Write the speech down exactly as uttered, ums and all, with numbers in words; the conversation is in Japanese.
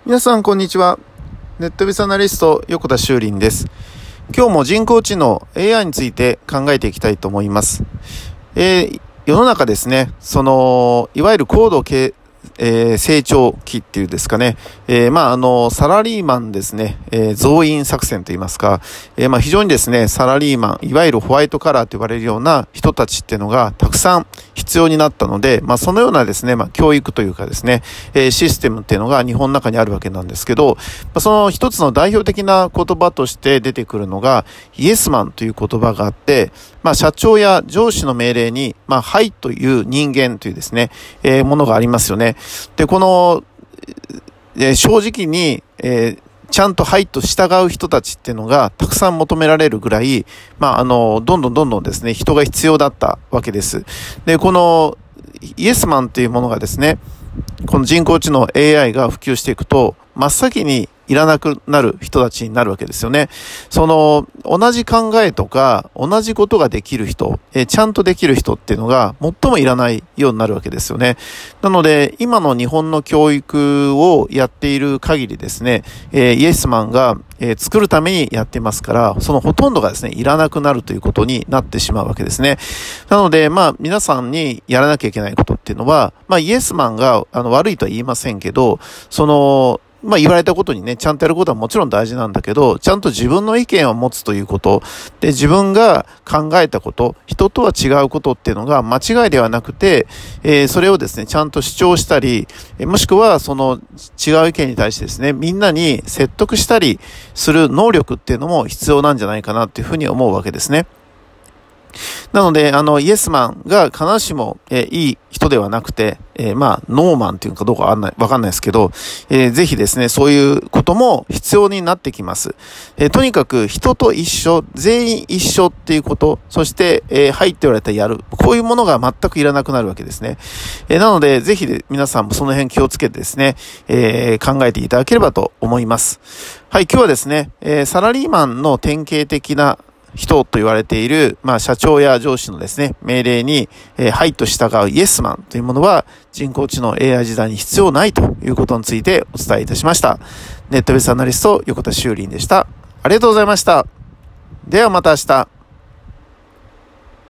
皆さんこんにちは。ネットビスアナリスト横田修林です。今日も人工知能 エーアイ について考えていきたいと思います。えー、世の中ですね、そのいわゆる高度経えー、成長期っていうですかね、えー、まああのサラリーマンですね、えー、増員作戦といいますか、えー、まあ非常にですねサラリーマン、いわゆるホワイトカラーと言われるような人たちっていうのがたくさん必要になったので、まあそのようなですね、まあ教育というかですね、えー、システムっていうのが日本の中にあるわけなんですけど、まあ、その一つの代表的な言葉として出てくるのがイエスマンという言葉があって、まあ社長や上司の命令にまあはいという人間というですね、えー、ものがありますよね。で、この、えー、正直に、えー、ちゃんとはいと従う人たちっていうのがたくさん求められるぐらい、まあ、あの、どんどんどんどんですね、人が必要だったわけです。で、このイエスマンというものがですね、この人工知能 エーアイ が普及していくと、真っ先にいらなくなる人たちになるわけですよね。その、同じ考えとか、同じことができる人、えー、ちゃんとできる人っていうのが最もいらないようになるわけですよね。なので、今の日本の教育をやっている限りですね、えー、イエスマンが、えー、作るためにやってますから、そのほとんどがですね、いらなくなるということになってしまうわけですね。なので、まあ、皆さんにやらなきゃいけないことっていうのは、まあ、イエスマンがあの悪いとは言いませんけど、その、まあ言われたことにね、ちゃんとやることはもちろん大事なんだけど、ちゃんと自分の意見を持つということ、で、自分が考えたこと、人とは違うことっていうのが間違いではなくて、えー、それをですね、ちゃんと主張したり、もしくはその違う意見に対してですね、みんなに説得したりする能力っていうのも必要なんじゃないかなっていうふうに思うわけですね。なので、あの、イエスマンが必ずしも、えー、いい人ではなくて、えー、まあ、ノーマンっていうかどうかわかんない、わかんないですけど、えー、ぜひですね、そういうことも必要になってきます。えー、とにかく人と一緒、全員一緒っていうこと、そして、えー、はいって言われたらやる。こういうものが全くいらなくなるわけですね。えー、なので、ぜひで皆さんもその辺気をつけてですね、えー、考えていただければと思います。はい、今日はですね、えー、サラリーマンの典型的な人と言われている、まあ、社長や上司のですね、命令に、えー、はいと従うイエスマンというものは人工知能 エーアイ 時代に必要ないということについてお伝えいたしました。ネットベースアナリスト横田修林でした。ありがとうございました。ではまた明日。